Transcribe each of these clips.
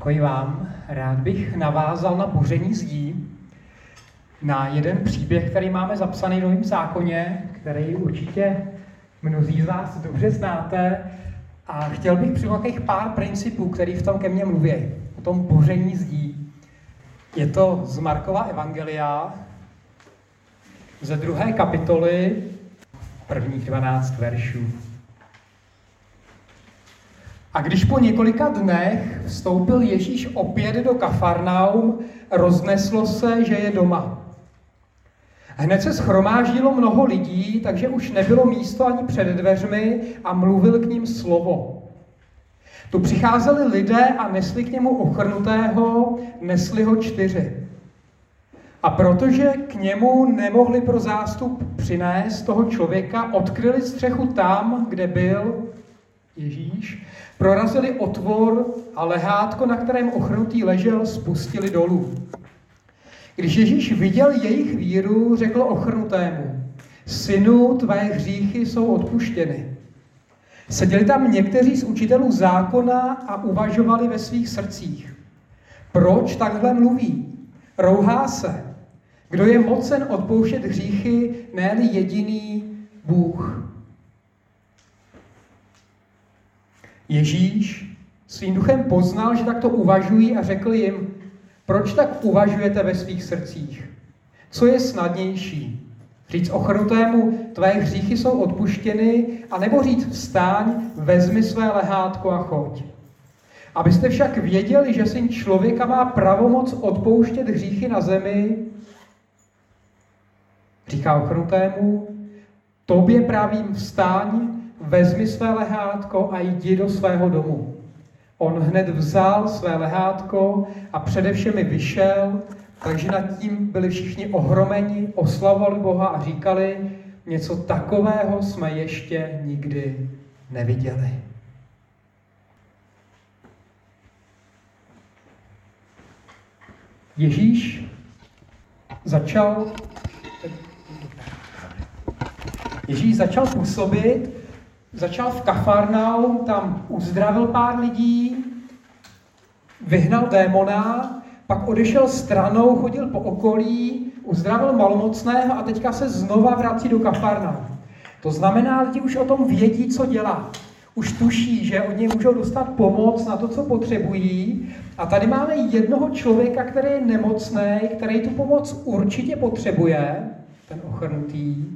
Děkuji vám. Rád bych navázal na Boření zdí, na jeden příběh, který máme zapsaný v Novém zákoně, který určitě mnozí z vás dobře znáte. A chtěl bych přijmout pár principů, který v tom ke mně mluví, o tom boření zdí. Je to z Markova evangelia, ze 2. kapitoly, prvních 12 veršů. A když po několika dnech vstoupil Ježíš opět do Kafarnaum, rozneslo se, že je doma. Hned se shromáždilo mnoho lidí, takže už nebylo místo ani před dveřmi a mluvil k ním slovo. Tu přicházeli lidé a nesli k němu ochrnutého, nesli ho 4. A protože k němu nemohli pro zástup přinést toho člověka, odkryli střechu tam, kde byl Ježíš, prorazili otvor a lehátko, na kterém ochrnutý ležel, spustili dolů. Když Ježíš viděl jejich víru, řekl ochrnutému: Synu, tvé hříchy jsou odpuštěny. Seděli tam někteří z učitelů zákona a uvažovali ve svých srdcích: Proč takhle mluví? Rouhá se. Kdo je mocen odpouštět hříchy, ne-li jediný Bůh? Ježíš svým duchem poznal, že takto uvažují a řekl jim: Proč tak uvažujete ve svých srdcích? Co je snadnější? Říct ochrnutému: Tvé hříchy jsou odpuštěny, anebo říct: Vstaň, vezmi své lehátko a choď. Abyste však věděli, že Syn člověka má pravomoc odpouštět hříchy na zemi, říká ochrnutému: Tobě pravím, vstaň, vezmi své lehátko a jdi do svého domu. On hned vzal své lehátko a přede všemi vyšel, takže nad tím byli všichni ohromeni, oslavovali Boha a říkali: Něco takového jsme ještě nikdy neviděli. Ježíš začal působit, začal v Kafarnaum, tam uzdravil pár lidí, vyhnal démona, pak odešel stranou, chodil po okolí, uzdravil malomocného a teďka se znova vrací do Kafarnaum. To znamená, lidi už o tom vědí, co dělá. Už tuší, že od něj můžou dostat pomoc na to, co potřebují. A tady máme jednoho člověka, který je nemocný, který tu pomoc určitě potřebuje, ten ochrnutý,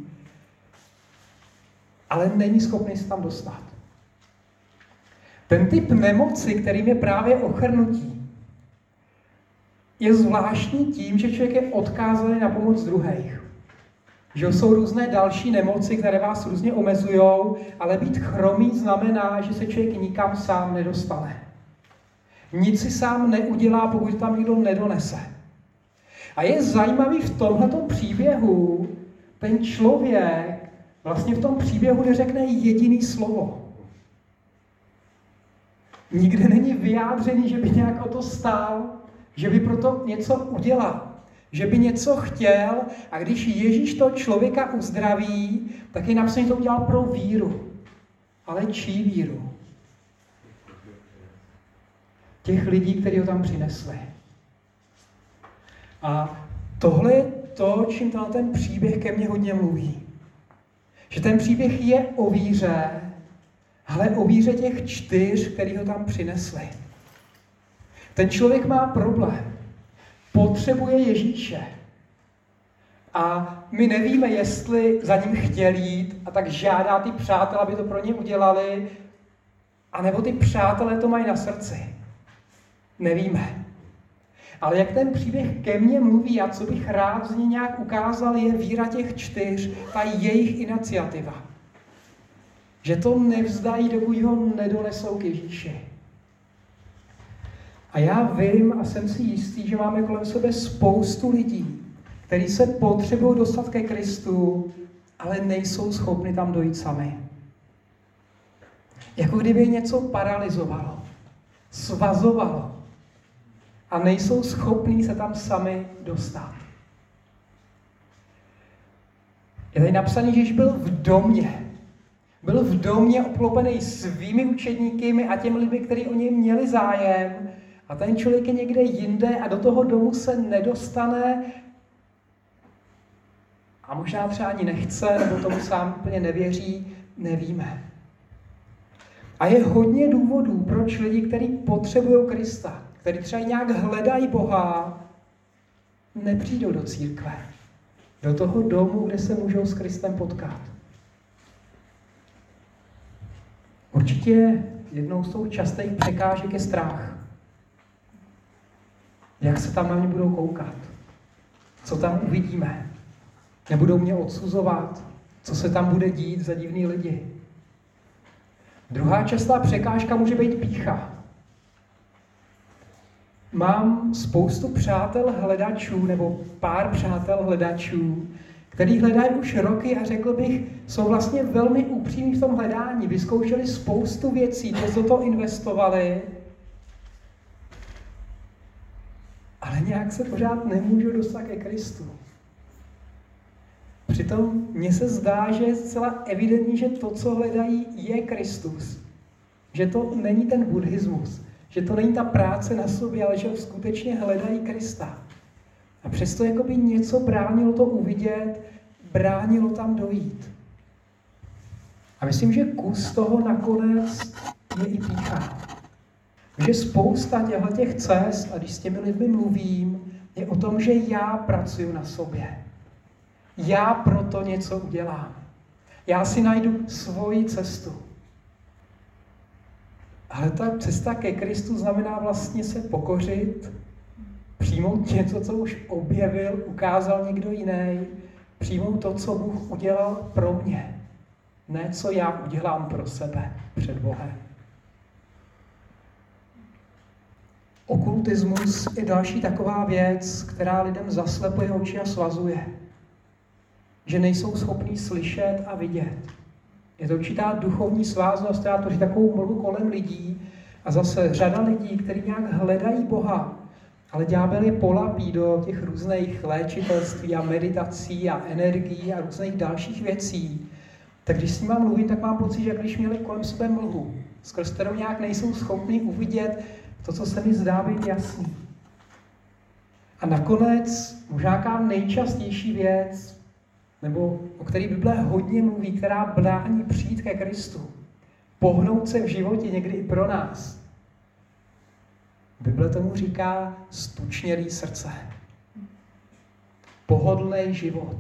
ale není schopný se tam dostat. Ten typ nemoci, kterým je právě ochrnutí, je zvláštní tím, že člověk je odkázaný na pomoc druhých. Že jsou různé další nemoci, které vás různě omezujou, ale být chromý znamená, že se člověk nikam sám nedostane. Nic si sám neudělá, pokud tam někdo nedonese. A je zajímavý v tomhletom příběhu, ten člověk vlastně v tom příběhu neřekne jediný slovo. Nikde není vyjádřený, že by nějak o to stál, že by proto něco udělal, že by něco chtěl, a když Ježíš toho člověka uzdraví, tak je napsané, že to udělal pro víru. Ale čí víru? Těch lidí, kteří ho tam přinesli. A tohle je to, čím ten příběh ke mně hodně mluví. Že ten příběh je o víře, ale o víře těch 4, který ho tam přinesli. Ten člověk má problém. Potřebuje Ježíše. A my nevíme, jestli za ním chtěl jít a tak žádá ty přátelé, aby to pro ně udělali, anebo ty přátelé to mají na srdci. Nevíme. Ale jak ten příběh ke mně mluví a co bych rád z něj nějak ukázal, je víra těch 4, ta jejich iniciativa. Že to nevzdají, dokud ho nedonesou k Ježíši. A já vím a jsem si jistý, že máme kolem sebe spoustu lidí, kteří se potřebují dostat ke Kristu, ale nejsou schopni tam dojít sami. Jako kdyby něco paralyzovalo, svazovalo a nejsou schopní se tam sami dostat. Je tady napsaný, že Ježíš byl v domě. Byl v domě obklopený svými učedníky a těmi lidmi, kteří o něj měli zájem, a ten člověk je někde jinde a do toho domu se nedostane a možná třeba ani nechce, nebo tomu sám úplně nevěří, nevíme. A je hodně důvodů, proč lidi, kteří potřebují Krista, kteří třeba nějak hledají Boha, nepřijdou do církve, do toho domu, kde se můžou s Kristem potkat. Určitě jednou z těch častých překážek je strach. Jak se tam na mě budou koukat? Co tam uvidíme? Nebudou mě odsuzovat? Co se tam bude dít za divný lidi? Druhá častá překážka může být pýcha. Mám spoustu přátel hledačů, nebo pár přátel hledačů, který hledají už roky a řekl bych, jsou vlastně velmi upřímní v tom hledání. Vyzkoušeli spoustu věcí, dost do toho investovali, ale nějak se pořád nemůžu dostat ke Kristu. Přitom mně se zdá, že je zcela evidentní, že to, co hledají, je Kristus. Že to není ten buddhismus, že to není ta práce na sobě, ale že skutečně hledají Krista. A přesto jakoby něco bránilo to uvidět, bránilo tam dojít. A myslím, že kus toho nakonec je i pýcha. Že spousta těch cest, a když s těmi lidmi mluvím, je o tom, že já pracuji na sobě. Já proto něco udělám. Já si najdu svoji cestu. Ale ta cesta ke Kristu znamená vlastně se pokořit, přijmout něco, co už objevil, ukázal někdo jiný, přijmout to, co Bůh udělal pro mě. Ne, co já udělám pro sebe před Bohem. Okultismus je další taková věc, která lidem zaslepuje oči a svazuje. Že nejsou schopní slyšet a vidět. Je to určitá duchovní sváznost, která tvoří takovou mlhu kolem lidí a zase řada lidí, kteří nějak hledají Boha, ale ďábel je polapí do těch různých léčitelství a meditací a energií a různých dalších věcí. Tak když s nimi mluvím, tak mám pocit, že když měli kolem sebe mlhu, skrz kterou nějak nejsou schopni uvidět to, co se mi zdá být jasný. A nakonec možná nějaká nejčastější věc, nebo o které Bible hodně mluví, která brání přijít ke Kristu, pohnout se v životě někdy i pro nás. Bible tomu říká stučnělý srdce. Pohodlný život.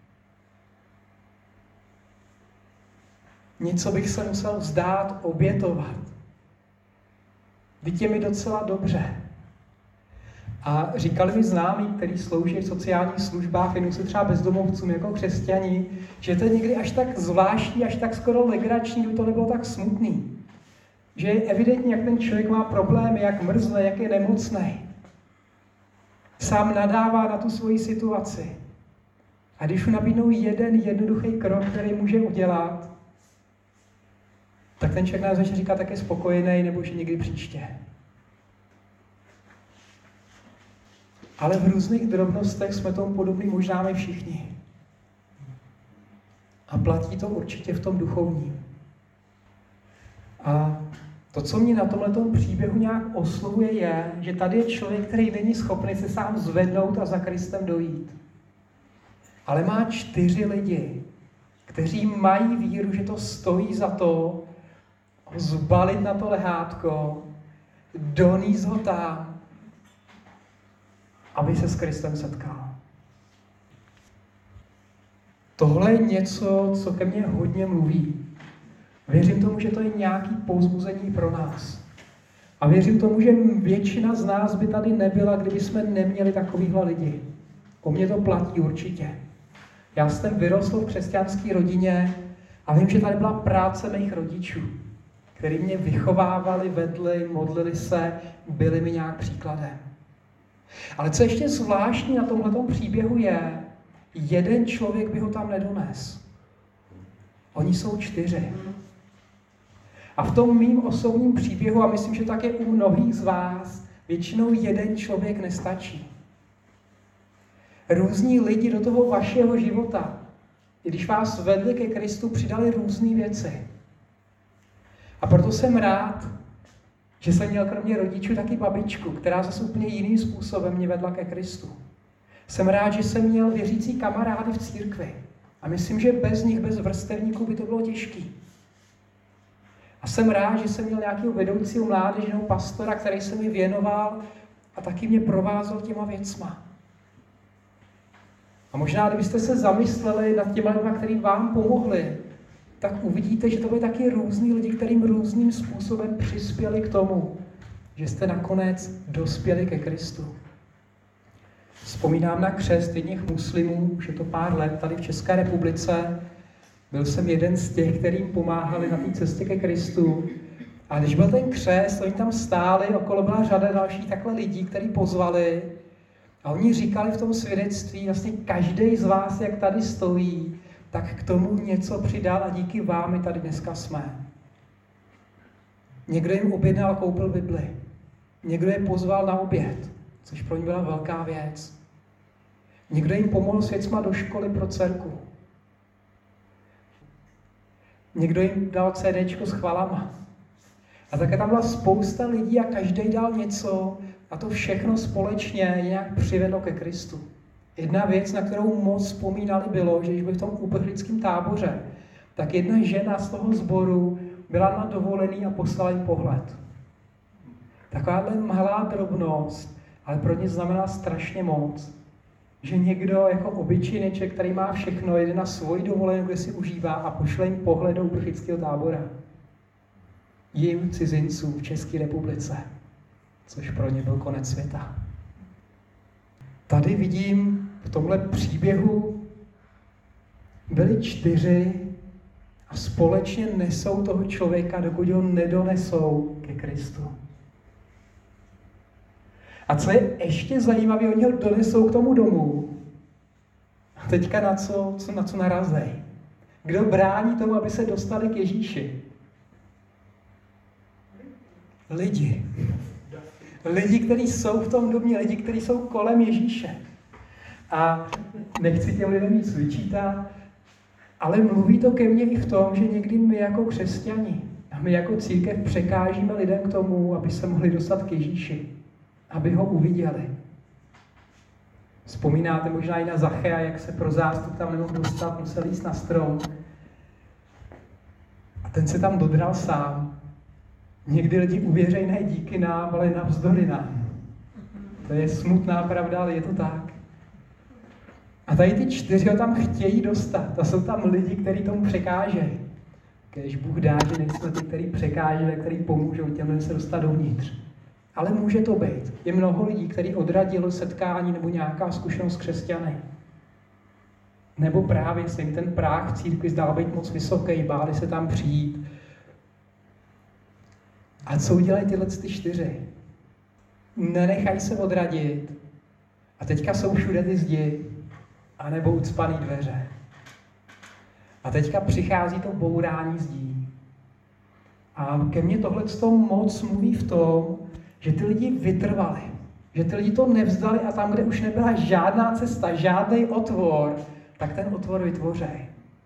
Něco bych se musel vzdát, obětovat. Vždyť je mi docela dobře. A říkali mi známí, kteří slouží v sociálních službách, věnují se třeba bezdomovcům jako křesťani, že to je někdy až tak zvláštní, až tak skoro legrační, kdyby to nebylo tak smutný. Že je evidentní, jak ten člověk má problémy, jak mrzne, jak je nemocný. Sám nadává na tu svoji situaci. A když mu nabídnou jeden jednoduchý krok, který může udělat, tak ten člověk nás začne říkat, tak je spokojený, nebo že někdy příště. Ale v různých drobnostech jsme tomu podobní možná my všichni. A platí to určitě v tom duchovním. A to, co mě na tomhletom příběhu nějak oslovuje, je, že tady je člověk, který není schopný se sám zvednout a za Kristem dojít. Ale má 4 lidi, kteří mají víru, že to stojí za to, ho zbalit na to lehátko, donést ho tam, aby se s Kristem setkal. Tohle je něco, co ke mně hodně mluví. Věřím tomu, že to je nějaké povzbuzení pro nás. A věřím tomu, že většina z nás by tady nebyla, kdyby jsme neměli takovýhle lidi. O mě to platí určitě. Já jsem vyrostl v křesťanské rodině a vím, že tady byla práce mých rodičů, kteří mě vychovávali, vedli, modlili se, byli mi nějak příkladem. Ale co ještě zvláštní na tomhletom příběhu je, jeden člověk by ho tam nedones. Oni jsou 4. A v tom mým osobním příběhu, a myslím, že tak je u mnohých z vás, většinou jeden člověk nestačí. Různí lidi do toho vašeho života, i když vás vedli ke Kristu, přidali různé věci. A proto jsem rád, Že jsem měl kromě rodičů taky babičku, která zase úplně jiným způsobem mě vedla ke Kristu. Jsem rád, že jsem měl věřící kamarády v církvi. A myslím, že bez nich, bez vrstevníků by to bylo těžký. A jsem rád, že jsem měl nějakého vedoucího mládeže nebo pastora, který se mi věnoval a taky mě provázel těma věcma. A možná, kdybyste se zamysleli nad těma lidma, který vám pomohli, tak uvidíte, že to byli taky různí lidi, kterým různým způsobem přispěli k tomu, že jste nakonec dospěli ke Kristu. Vzpomínám na křest jedných muslimů, už je to pár let tady v České republice. Byl jsem jeden z těch, kterým pomáhali na té cestě ke Kristu. A když byl ten křest, oni tam stáli, okolo byla řada dalších takhle lidí, který pozvali. A oni říkali v tom svědectví, vlastně každý z vás, jak tady stojí, tak k tomu něco přidal a díky vám my tady dneska jsme. Někdo jim objednal a koupil Bibli. Někdo je pozval na oběd, což pro ně byla velká věc. Někdo jim pomohl s věcma do školy pro dcerku. Někdo jim dal CDčko s chvalama. A také tam byla spousta lidí a každý dal něco a to všechno společně je nějak přivedlo ke Kristu. Jedna věc, na kterou moc vzpomínali, bylo, že když byli v tom uprchlickém táboře, tak jedna žena z toho sboru byla na dovolený a poslala jim pohled. Takováhle malá drobnost, ale pro ně znamená strašně moc. Že někdo jako obyčejneček, který má všechno, jede na svoji dovolenou, kde si užívá a pošle jim pohled do uprchlického tábora. Jim cizinců v České republice, což pro ně byl konec světa. Tady vidím v tomhle příběhu byli 4 a společně nesou toho člověka, dokud ho nedonesou ke Kristu. A co je ještě zajímavé, oni ho donesou k tomu domu. A teďka na co narazej? Kdo brání tomu, aby se dostali k Ježíši? Lidi. Lidi, kteří jsou v tom domě, lidi, kteří jsou kolem Ježíše. A nechci těm lidem nic vyčítat, ale mluví to ke mně i v tom, že někdy my jako křesťani a my jako církev překážíme lidem k tomu, aby se mohli dostat k Ježíši, aby ho uviděli. Vzpomínáte možná i na Zachea, jak se pro zástup tam nemohl dostat, musel jít na strom. A ten se tam dodral sám. Někdy lidi uvěřejí ne díky nám, ale navzdory nám. To je smutná pravda, ale je to tak. A tady ty 4 ho tam chtějí dostat. A jsou tam lidi, kteří tomu překážejí. Když Bůh dá, že nejsme ty, kteří překáží, kteří pomůžou těm se dostat dovnitř. Ale může to být. Je mnoho lidí, kteří odradili setkání nebo nějaká zkušenost s křesťany. Nebo právě se jim ten práh v církvi zdál být moc vysoký, báli se tam přijít. A co udělají tyhle 4? Nenechají se odradit. A teďka jsou všude ty zdi, anebo ucpaný dveře. A teďka přichází to bourání zdí. A ke mně tohleto moc mluví v tom, že ty lidi vytrvali. Že ty lidi to nevzdali a tam, kde už nebyla žádná cesta, žádný otvor, tak ten otvor vytvořej.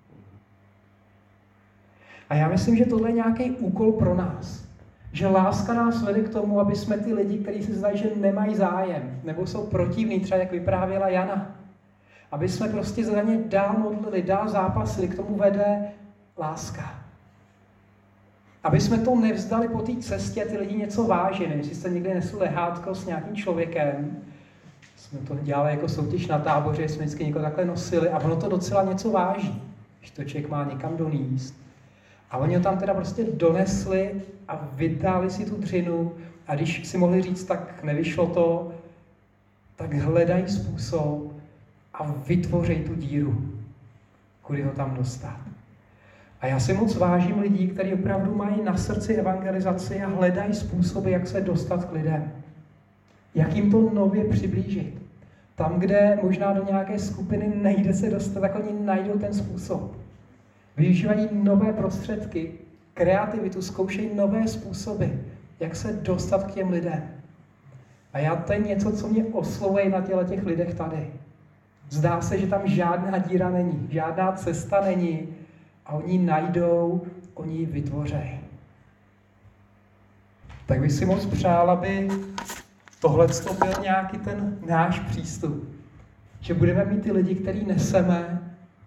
A já myslím, že tohle je nějaký úkol pro nás. Že láska nás vede k tomu, aby jsme ty lidi, kteří se zdají, že nemají zájem, nebo jsou protivní, třeba jak vyprávěla Jana, aby jsme prostě za ně dál modlili, dál zápasili, k tomu vede láska. Aby jsme to nevzdali po té cestě, ty lidi něco váží. Nevím, jestli jste někdy nesli lehátko s nějakým člověkem. Jsme to dělali jako soutěž na táboře, jsme vždycky někoho takhle nosili a ono to docela něco váží, když to člověk má někam doníst. A oni ho tam teda prostě donesli a vydali si tu dřinu a když si mohli říct, tak nevyšlo to, tak hledají způsob a vytvoří tu díru, kudy ho tam dostat. A já si moc vážím lidí, kteří opravdu mají na srdci evangelizaci a hledají způsoby, jak se dostat k lidem. Jak jim to nově přiblížit. Tam, kde možná do nějaké skupiny nejde se dostat, tak oni najdou ten způsob. Využívají nové prostředky, kreativitu, zkoušejí nové způsoby, jak se dostat k těm lidem. A to je něco, co mě oslovuje na těch lidech tady. Zdá se, že tam žádná díra není, žádná cesta není a oni ji najdou, oni ji vytvoří. tak bych si moc přál, aby tohleto byl nějaký ten náš přístup. Že budeme mít ty lidi, který neseme,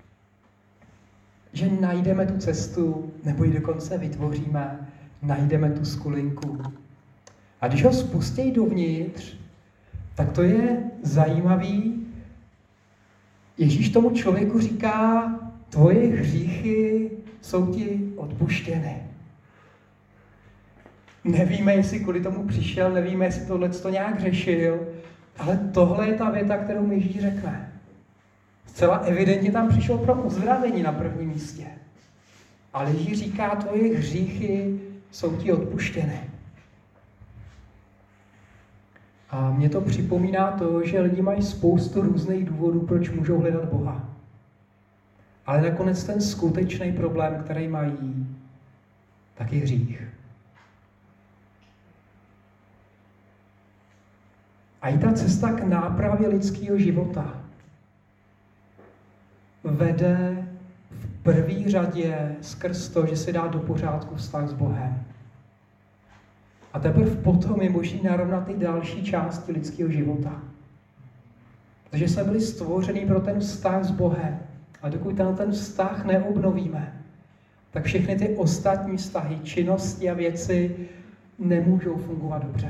že najdeme tu cestu, nebo ji dokonce vytvoříme, najdeme tu skulinku. A když ho spustějí dovnitř, tak to je zajímavý. Ježíš tomu člověku říká, tvoje hříchy jsou ti odpuštěny. Nevíme, jestli kvůli tomu přišel, nevíme, jestli tohleto nějak řešil, ale tohle je ta věta, kterou mi Ježíš řekne. Zcela evidentně tam přišel pro uzdravení na prvním místě. Ale Ježíš říká, tvoje hříchy jsou ti odpuštěny. A mně to připomíná to, že lidi mají spoustu různých důvodů, proč můžou hledat Boha. Ale nakonec ten skutečný problém, který mají, tak je hřích. A i ta cesta k nápravě lidského života vede v první řadě skrz to, že se dá do pořádku vztah s Bohem. A teprve potom je možný narovnat i další části lidského života. Protože jsme byli stvořeni pro ten vztah s Bohem. A dokud ten vztah neobnovíme, tak všechny ty ostatní vztahy, činnosti a věci nemůžou fungovat dobře.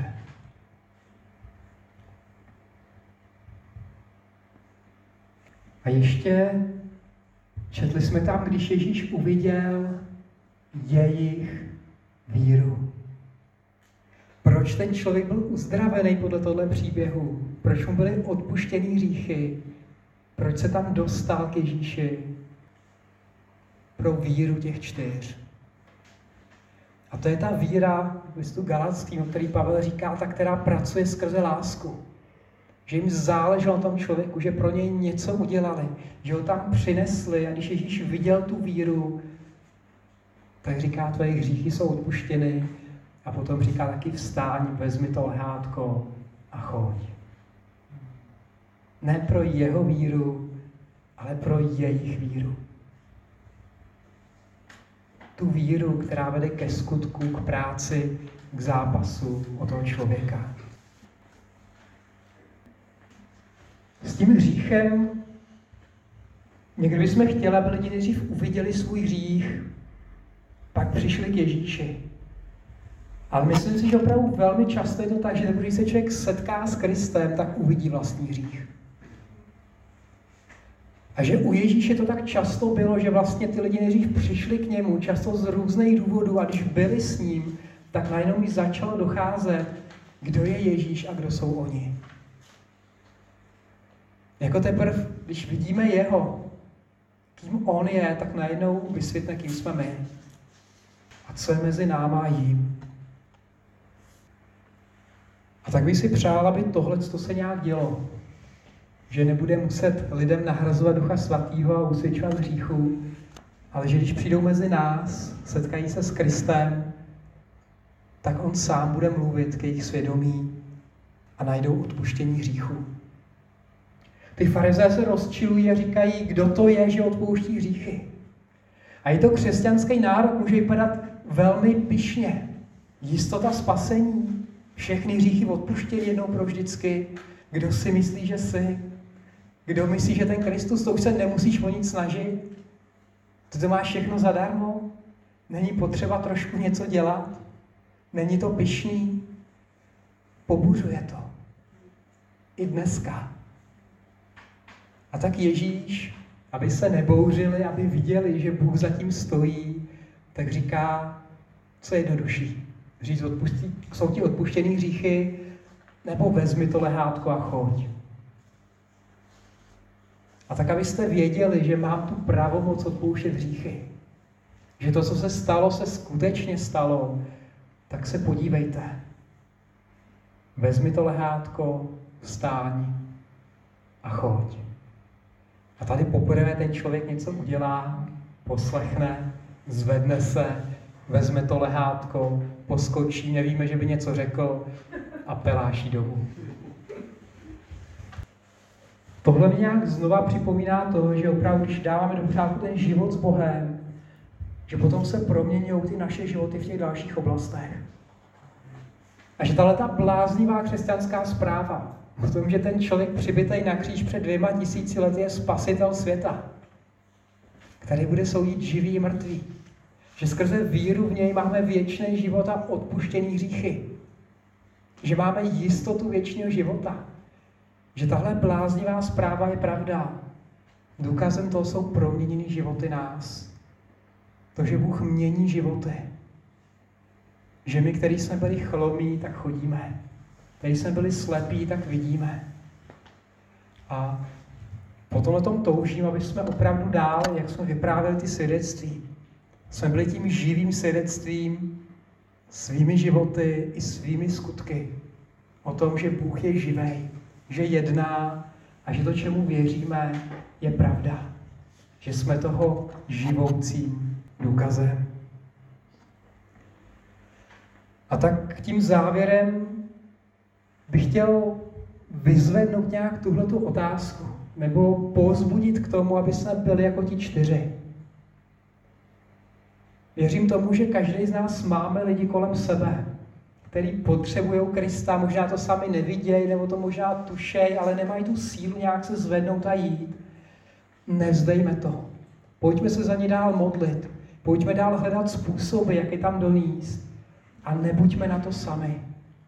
A ještě četli jsme tam, když Ježíš uviděl jejich víru. Proč ten člověk byl uzdravený podle tohle příběhu? Proč mu byly odpuštěný hříchy? Proč se tam dostal k Ježíši? Pro víru těch 4. A to je ta víra v listu Galatským, o který Pavel říká, ta, která pracuje skrze lásku. Že jim záleželo na tom člověku, že pro něj něco udělali, že ho tam přinesli a když Ježíš viděl tu víru, tak říká, tvoje hříchy jsou odpuštěny a potom říká taky vstáň, vezmi to lehátko a choď. Ne pro jeho víru, ale pro jejich víru. Tu víru, která vede ke skutku, k práci, k zápasu o toho člověka. S tím hříchem někdy bychom chtěli, aby lidi nejdřív uviděli svůj hřích, pak přišli k Ježíši. Ale myslím si, že opravdu velmi často je to tak, že když se člověk setká s Kristem, tak uvidí vlastní hřích. A že u Ježíše to tak často bylo, že vlastně ty lidi nejdřív přišli k němu, často z různých důvodů, a když byli s ním, tak najednou mi začalo docházet, kdo je Ježíš a kdo jsou oni. Jako teprve, když vidíme jeho, kým on je, tak najednou vysvětne, kým jsme my. A co je mezi náma a jím. A tak bych si přál, aby tohleto se nějak dělo. Že nebude muset lidem nahrazovat Ducha Svatého a usvědčovat z hříchu, ale že když přijdou mezi nás, setkají se s Kristem, tak on sám bude mluvit k jejich svědomí a najdou odpuštění hříchu. Ty farizeje se rozčilují a říkají, kdo to je, že odpouští hříchy. A i to křesťanský národ může vypadat velmi pyšně. Jistota spasení, všechny hříchy odpuštěny jednou provždycky. Kdo si myslí, že jsi? Kdo myslí, že ten Kristus, to už se nemusíš o nic snažit? Ty to máš všechno zadarmo? Není potřeba trošku něco dělat? Není to pyšný? Pobuřuje to. I dneska. A tak Ježíš, aby se nebouřili, aby viděli, že Bůh zatím stojí, tak říká, co je jednodušší. Říct, jsou ti odpuštěný hříchy, nebo vezmi to lehátko a choď. A tak, abyste věděli, že mám tu pravomoc odpouštět hříchy. Že to, co se stalo, se skutečně stalo, tak se podívejte. Vezmi to lehátko, vstáň a choď. A tady poprvé ten člověk něco udělá, poslechne, zvedne se, vezme to lehátko, poskočí, nevíme, že by něco řekl a peláší domů. Tohle mi nějak znova připomíná to, že opravdu, když dáváme do pořádku ten život s Bohem, že potom se proměňují ty naše životy v těch dalších oblastech. A že tahleta bláznivá křesťanská zpráva o tom, že ten člověk přibitej na kříž před 2000 lety je spasitel světa, který bude soudit živý i mrtvý. Že skrze víru v něj máme věčný život a odpuštěný hříchy. Že máme jistotu věčného života. Že tahle bláznivá zpráva je pravda. Důkazem toho jsou proměněný životy nás. To, že Bůh mění životy. Že my, kteří jsme byli chromí, tak chodíme. Kteří jsme byli slepí, tak vidíme. A po tomhle tom toužím, aby jsme opravdu dál, jak jsme vyprávěli ty svědectví, jsme byli tím živým svědectvím svými životy i svými skutky o tom, že Bůh je živý, že jedná a že to, čemu věříme, je pravda. Že jsme toho živoucím důkazem. A tak tím závěrem bych chtěl vyzvednout nějak tuhletu otázku nebo povzbudit k tomu, aby jsme byli jako ti 4. Věřím tomu, že každý z nás máme lidi kolem sebe, který potřebují Krista, možná to sami nevidějí, nebo to možná tušejí, ale nemají tu sílu nějak se zvednout a jít. Nevzdejme to. Pojďme se za ně dál modlit. Pojďme dál hledat způsoby, jak je tam donést. A nebuďme na to sami.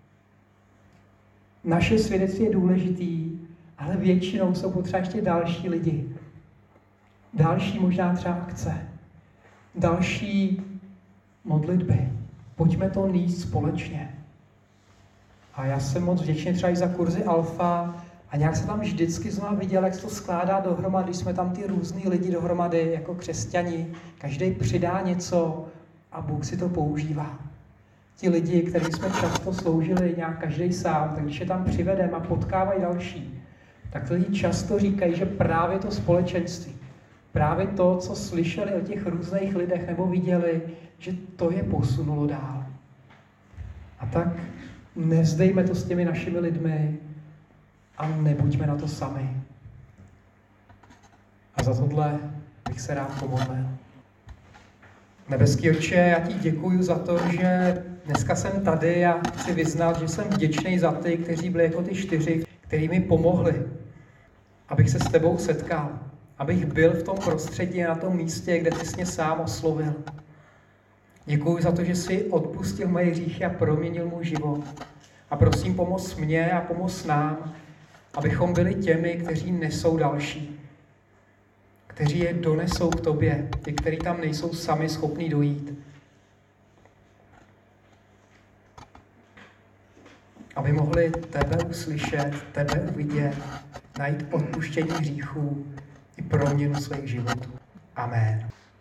Naše svědectví je důležitý, ale většinou jsou potřeba ještě další lidi. Další možná třeba akce. Další modlitby. Pojďme to nést společně. A já jsem moc vděčný třeba i za kurzy Alfa a nějak se tam vždycky znovu viděl, jak se to skládá dohromady, když jsme tam ty různý lidi dohromady jako křesťani. Každý přidá něco a Bůh si to používá. Ti lidi, kterým jsme často sloužili nějak každý sám, tak když je tam přivedeme a potkávají další, tak lidi často říkají, že právě to společenství, právě to, co slyšeli o těch různých lidech nebo viděli, že to je posunulo dál. A tak nevzdejme to s těmi našimi lidmi a nebuďme na to sami. A za tohle bych se rád pomodlil. Nebeský Otče, já ti děkuju za to, že dneska jsem tady a chci vyznat, že jsem vděčný za ty, kteří byli jako ty 4, kteří mi pomohli, abych se s tebou setkal, abych byl v tom prostředí na tom místě, kde ty jsi mě sám oslovil. Děkuji za to, že jsi odpustil moje hříchy a proměnil můj život. A prosím, pomoz mě a pomoz nám, abychom byli těmi, kteří nesou další, kteří je donesou k tobě, ty, kteří tam nejsou sami schopní dojít. Aby mohli tebe uslyšet, tebe uvidět, najít odpuštění hříchů i proměnu svých životů. Amen.